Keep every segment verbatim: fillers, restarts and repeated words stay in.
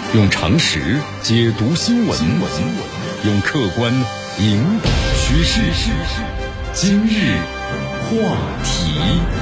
用常识解读新闻，用客观引导趋势。今日话题，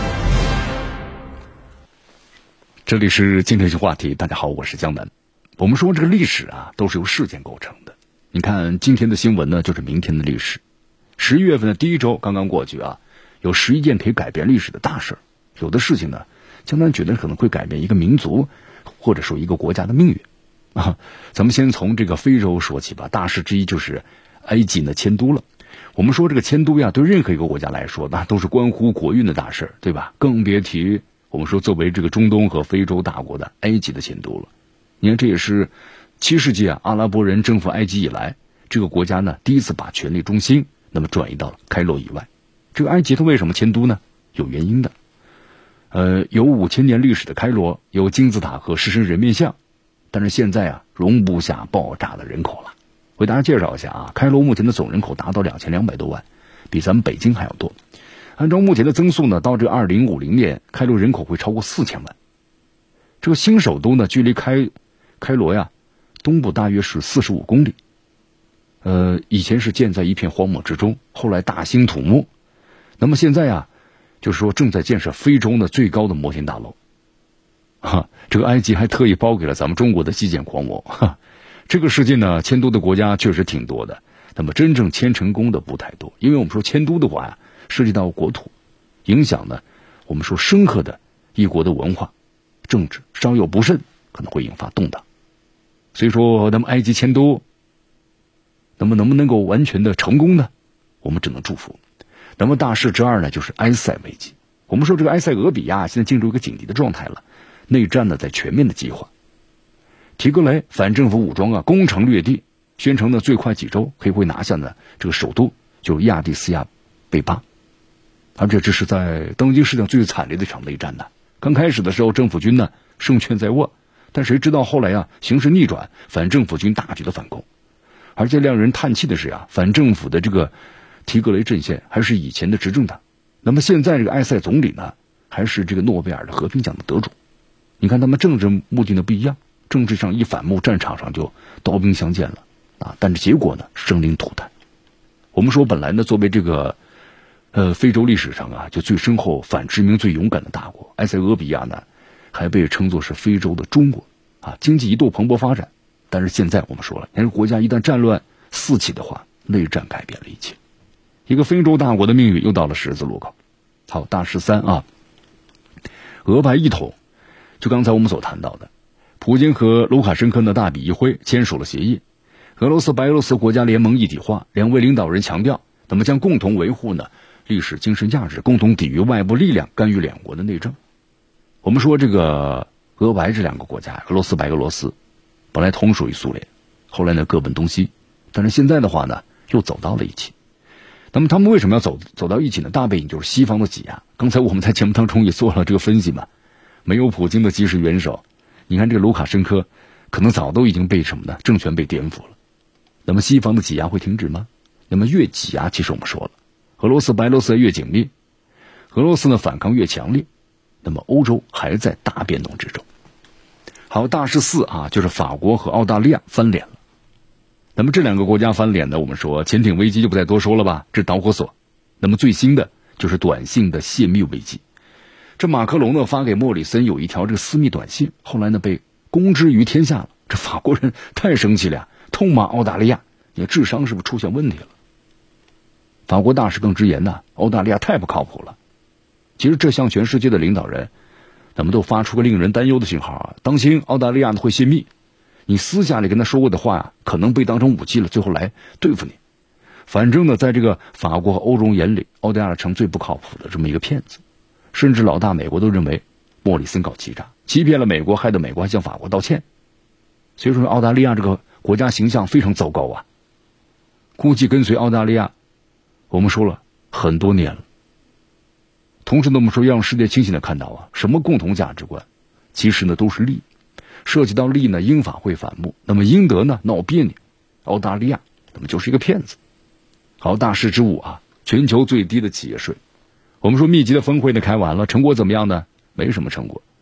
这里是今日话题。大家好，我是江南。我们说这个历史啊，都是由事件构成的。你看今天的新闻呢，就是明天的历史。十一月份的第一周刚刚过去啊，有十一件可以改变历史的大事。有的事情呢，江南觉得可能会改变一个民族，或者说一个国家的命运。啊，咱们先从这个非洲说起吧。大事之一就是埃及呢迁都了。我们说这个迁都呀，对任何一个国家来说，那都是关乎国运的大事，对吧？更别提我们说作为这个中东和非洲大国的埃及的迁都了。你看，这也是七世纪啊阿拉伯人征服埃及以来，这个国家呢第一次把权力中心那么转移到了开罗以外。这个埃及它为什么迁都呢？有原因的。呃，有五千年历史的开罗，有金字塔和狮身人面像。但是现在啊，容不下爆炸的人口了。为大家介绍一下啊，开罗目前的总人口达到两千两百多万，比咱们北京还要多。按照目前的增速呢，到这二零五零年，开罗人口会超过四千万。这个新首都呢，距离开开罗呀东部大约是四十五公里。呃，以前是建在一片荒漠之中，后来大兴土木。那么现在啊，就是说正在建设非洲呢最高的摩天大楼。哈，这个埃及还特意包给了咱们中国的基建狂魔。哈，这个世界呢，迁都的国家确实挺多的，那么真正迁成功的不太多。因为我们说迁都的话呀，涉及到国土，影响呢，我们说深刻的一国的文化、政治，稍有不慎可能会引发动荡。所以说，那么埃及迁都，那么能不能够完全的成功呢？我们只能祝福。那么大事之二呢，就是埃塞危机。我们说这个埃塞俄比亚现在进入一个紧急的状态了。内战呢在全面的激化，提格雷反政府武装啊攻城略地，宣称呢最快几周可以会拿下呢这个首都，就是亚的斯亚贝巴。而且这是在当今世界上最惨烈的一场内战呢。刚开始的时候政府军呢胜券在握，但谁知道后来啊形势逆转，反政府军大举的反攻。而且让人叹气的是啊，反政府的这个提格雷阵线还是以前的执政党。那么现在这个埃塞总理呢还是这个诺贝尔的和平奖的得主。你看他们政治目的呢不一样，政治上一反目，战场上就刀兵相见了啊！但是结果呢生灵涂炭。我们说本来呢作为这个呃非洲历史上啊就最深厚、反殖民最勇敢的大国，埃塞俄比亚呢还被称作是非洲的中国啊，经济一度蓬勃发展。但是现在我们说了，这个国家一旦战乱四起的话，内战改变了一切，一个非洲大国的命运又到了十字路口。好，大事三啊，俄白一统。就刚才我们所谈到的，普京和卢卡申科呢大笔一挥签署了协议，俄罗斯白俄罗斯国家联盟一体化，两位领导人强调，那么将共同维护呢历史精神价值，共同抵御外部力量干预两国的内政。我们说这个俄白这两个国家，俄罗斯白俄罗斯本来同属于苏联，后来呢各奔东西，但是现在的话呢又走到了一起。那么他们为什么要走走到一起呢？大背景就是西方的挤压。刚才我们在节目当中也做了这个分析嘛。没有普京的及时援手，你看这个卢卡申科可能早都已经被什么呢？政权被颠覆了。那么西方的挤压会停止吗？那么越挤压，其实我们说了，俄罗斯白俄罗斯越紧密，俄罗斯呢反抗越强烈，那么欧洲还在大变动之中。好，大事四啊，就是法国和澳大利亚翻脸了。那么这两个国家翻脸呢，我们说潜艇危机就不再多说了吧，这是导火索。那么最新的就是短信的泄密危机。这马克龙呢发给莫里森有一条这个私密短信，后来呢被公之于天下了。这法国人太生气了，痛骂澳大利亚，你智商是不是出现问题了？法国大使更直言呢，澳大利亚太不靠谱了。其实这向全世界的领导人，咱们都发出个令人担忧的信号啊，当心澳大利亚会泄密。你私下里跟他说过的话啊，可能被当成武器了，最后来对付你。反正呢，在这个法国和欧洲眼里，澳大利亚成最不靠谱的这么一个骗子。甚至老大美国都认为莫里森搞欺诈，欺骗了美国，害得美国还向法国道歉。所以说澳大利亚这个国家形象非常糟糕啊，估计跟随澳大利亚我们说了很多年了。同时呢，我们说要让世界清醒的看到啊，什么共同价值观其实呢都是利，涉及到利呢，英法会反目，那么英德呢闹别扭，澳大利亚那么就是一个骗子。好，大事之五啊，全球最低的企业税。我们说密集的峰会呢开完了，成果怎么样呢？没什么成果。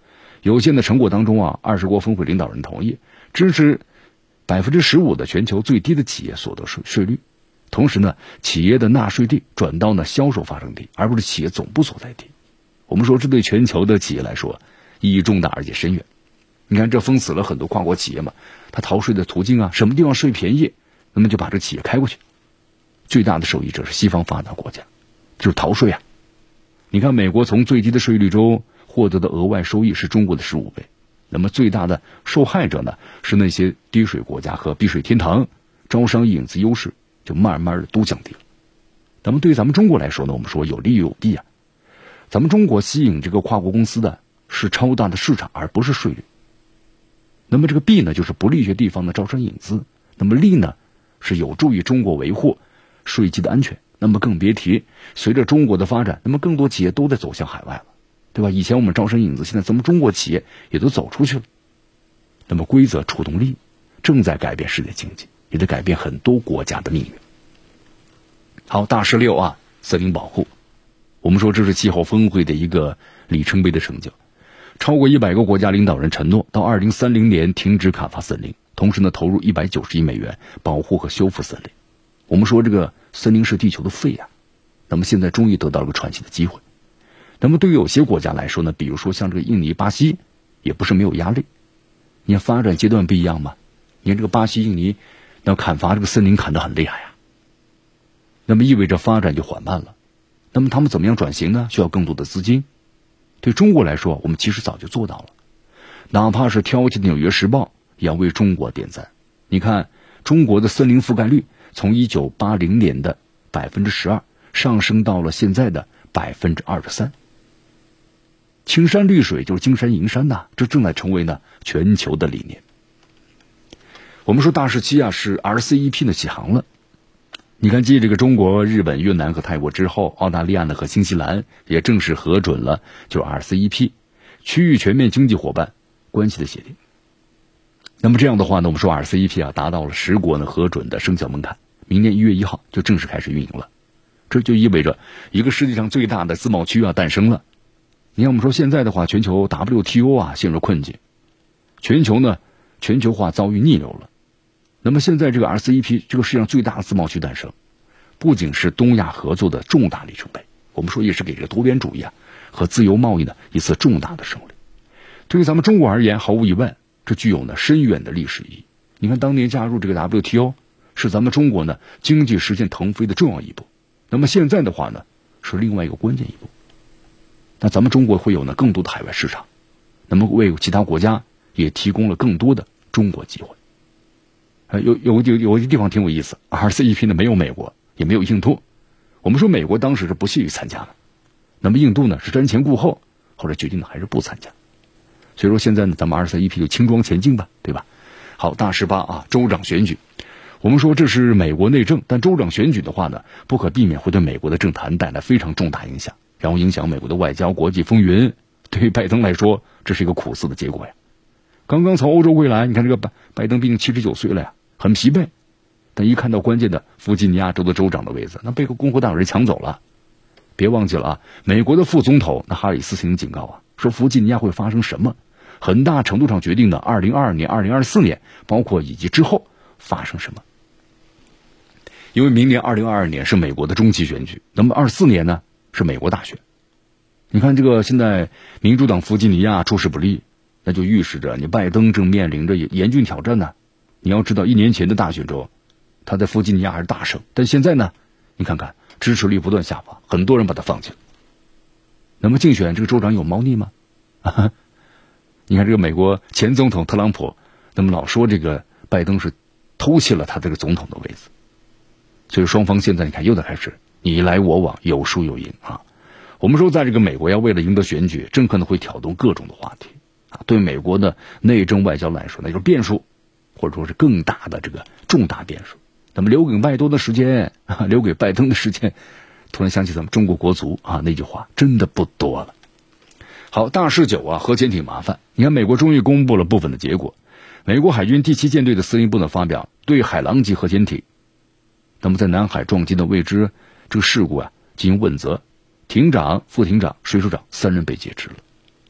有限的成果当中啊，二十国峰会领导人同意支持百分之十五的全球最低的企业所得税税率，同时呢，企业的纳税地转到呢销售发生地，而不是企业总部所在地。我们说这对全球的企业来说意义重大而且深远。你看这封死了很多跨国企业嘛，它逃税的途径啊，什么地方税便宜，那么就把这企业开过去。最大的受益者是西方发达国家，就是逃税啊。你看美国从最低的税率中获得的额外收益是中国的十五倍，那么最大的受害者呢是那些低税国家和避税天堂，招商引资优势就慢慢的都降低了。那么对于咱们中国来说呢，我们说有利有弊啊。咱们中国吸引这个跨国公司的是超大的市场，而不是税率。那么这个弊呢，就是不利于地方的招商引资；那么利呢，是有助于中国维护税基的安全。那么更别提随着中国的发展，那么更多企业都在走向海外了，对吧？以前我们招商引资，现在咱们中国企业也都走出去了。那么规则触动力正在改变世界经济，也在改变很多国家的命运。好，大十六啊，森林保护。我们说这是气候峰会的一个里程碑的成就，超过一百个国家领导人承诺到二零三零年停止砍伐森林，同时呢投入一百九十亿美元保护和修复森林。我们说这个森林是地球的肺啊，那么现在终于得到了个喘息的机会。那么对于有些国家来说呢，比如说像这个印尼、巴西，也不是没有压力。你看发展阶段不一样嘛，你看这个巴西、印尼要砍伐这个森林砍得很厉害呀，那么意味着发展就缓慢了。那么他们怎么样转型呢？需要更多的资金。对中国来说，我们其实早就做到了，哪怕是挑剔的《纽约时报》也要为中国点赞。你看中国的森林覆盖率从一九八零年的百分之十二上升到了现在的百分之二十三。青山绿水就是金山银山呐、啊，这正在成为呢全球的理念。我们说大十七啊是 R C E P 的起航了。你看，继这个中国、日本、越南和泰国之后，澳大利亚呢和新西兰也正式核准了就是 R C E P 区域全面经济伙伴关系的协定。那么这样的话呢，我们说 R C E P 啊达到了十国呢核准的生效门槛，明年一月一号就正式开始运营了。这就意味着一个世界上最大的自贸区啊诞生了。你看，我们说现在的话，全球 W T O 啊陷入困境，全球呢全球化遭遇逆流了。那么现在这个 R C E P 这个世界上最大的自贸区诞生，不仅是东亚合作的重大里程碑，我们说也是给这个多边主义啊和自由贸易呢一次重大的胜利。对于咱们中国而言，毫无疑问，这具有呢深远的历史意义。你看，当年加入这个 W T O 是咱们中国呢经济实现腾飞的重要一步。那么现在的话呢，是另外一个关键一步。那咱们中国会有呢更多的海外市场，那么为其他国家也提供了更多的中国机会。呃，有有有有一个地方挺有意思 ，R C E P 呢没有美国，也没有印度。我们说美国当时是不屑于参加的，那么印度呢是瞻前顾后，后来决定呢还是不参加。所以说现在呢，咱们 R C E P 就轻装前进吧，对吧？好，大十八啊，州长选举。我们说这是美国内政，但州长选举的话呢，不可避免会对美国的政坛带来非常重大影响，然后影响美国的外交、国际风云。对于拜登来说，这是一个苦涩的结果呀。刚刚从欧洲归来，你看这个拜拜登毕竟七十九岁了呀，很疲惫。但一看到关键的弗吉尼亚州的州长的位子，那被共和党人抢走了。别忘记了啊，美国的副总统那哈里斯曾经警告啊，说弗吉尼亚会发生什么，很大程度上决定了二零二二年、二零二四年，包括以及之后发生什么。因为明年二零二二年是美国的中期选举，那么二四年呢是美国大选。你看这个现在民主党弗吉尼亚出师不利，那就预示着你拜登正面临着严峻挑战呢。你要知道，一年前的大选中，他在弗吉尼亚还是大胜，但现在呢，你看看支持率不断下滑，很多人把他放弃了。那么竞选这个州长有猫腻吗？啊，你看这个美国前总统特朗普，那么老说这个拜登是偷窃了他这个总统的位子，所以双方现在你看又在开始你来我往，有输有赢啊。我们说在这个美国要为了赢得选举，政客呢会挑动各种的话题啊，对美国的内政外交来说，那就是变数，或者说是更大的这个重大变数。那么留给拜登的时间啊，留给拜登的时间，突然想起咱们中国国足啊那句话，真的不多了。好，大事九啊，核潜艇麻烦。你看，美国终于公布了部分的结果。美国海军第七舰队的司令部呢发表对海狼级核潜艇，那么在南海撞击的未知这个事故啊进行问责，艇长、副艇长、水手长三人被解职了。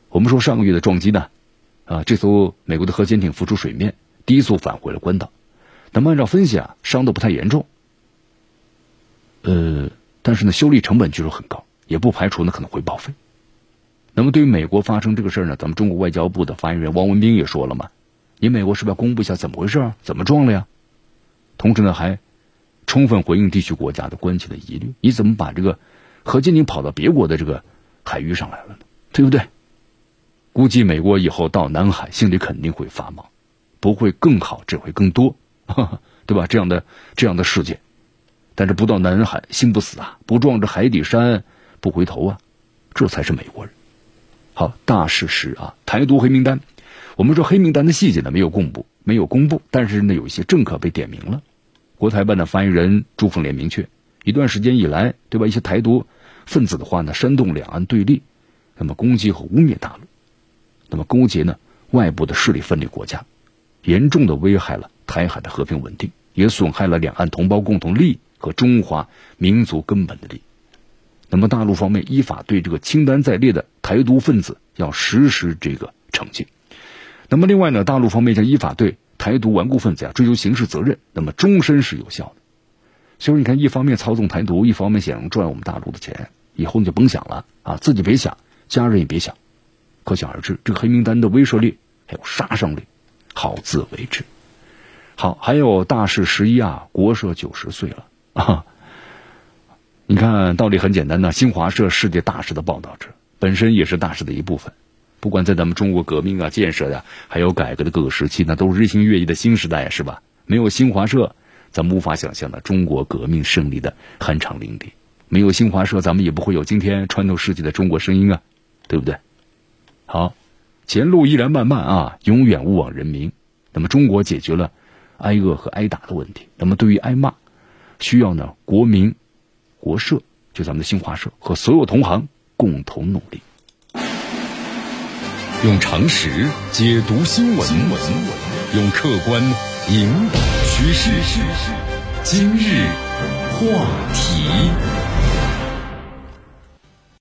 我们说上个月的撞击呢，啊，这艘美国的核潜艇浮出水面，低速返回了关岛。那么按照分析啊，伤得不太严重，呃，但是呢，修理成本据说很高，也不排除呢可能会报废。那么对于美国发生这个事儿呢，咱们中国外交部的发言人王文斌也说了嘛，你美国是不是要公布一下怎么回事啊？怎么撞了呀？同时呢，还充分回应地区国家的关切的疑虑。你怎么把这个核潜艇跑到别国的这个海域上来了呢？对不对？估计美国以后到南海心里肯定会发毛，不会更好，只会更多，呵呵，对吧？这样的这样的事件，但是不到南海心不死啊，不撞着海底山不回头啊，这才是美国人。好，大事实啊，台独黑名单，我们说黑名单的细节呢没有公布，没有公布，但是呢有一些政客被点名了。国台办的发言人朱凤莲明确，一段时间以来，对吧？一些台独分子的话呢，煽动两岸对立，那么攻击和污蔑大陆，那么勾结呢外部的势力分裂国家，严重的危害了台海的和平稳定，也损害了两岸同胞共同利益和中华民族根本的利益。那么大陆方面依法对这个清单在列的台独分子要实施这个惩戒。那么另外呢，大陆方面将依法对台独顽固分子啊追究刑事责任，那么终身是有效的。所以你看，一方面操纵台独，一方面想赚我们大陆的钱，以后你就甭想了啊，自己别想，家人也别想。可想而知，这个黑名单的威慑力还有杀伤力，好自为之。好，还有大事十一啊，国社九十岁了啊。你看，道理很简单呢。新华社世界大事的报道者，本身也是大事的一部分。不管在咱们中国革命啊、建设呀、啊，还有改革的各个时期，那都是日新月异的新时代，是吧？没有新华社，咱们无法想象的中国革命胜利的酣畅淋漓。没有新华社，咱们也不会有今天穿透世界的中国声音啊，对不对？好，前路依然漫漫啊，永远勿忘人民。那么中国解决了挨饿和挨打的问题，那么对于挨骂，需要呢国民、国社，就咱们的新华社和所有同行共同努力， 用常识解读新闻，用客观引导趋势。今日话题。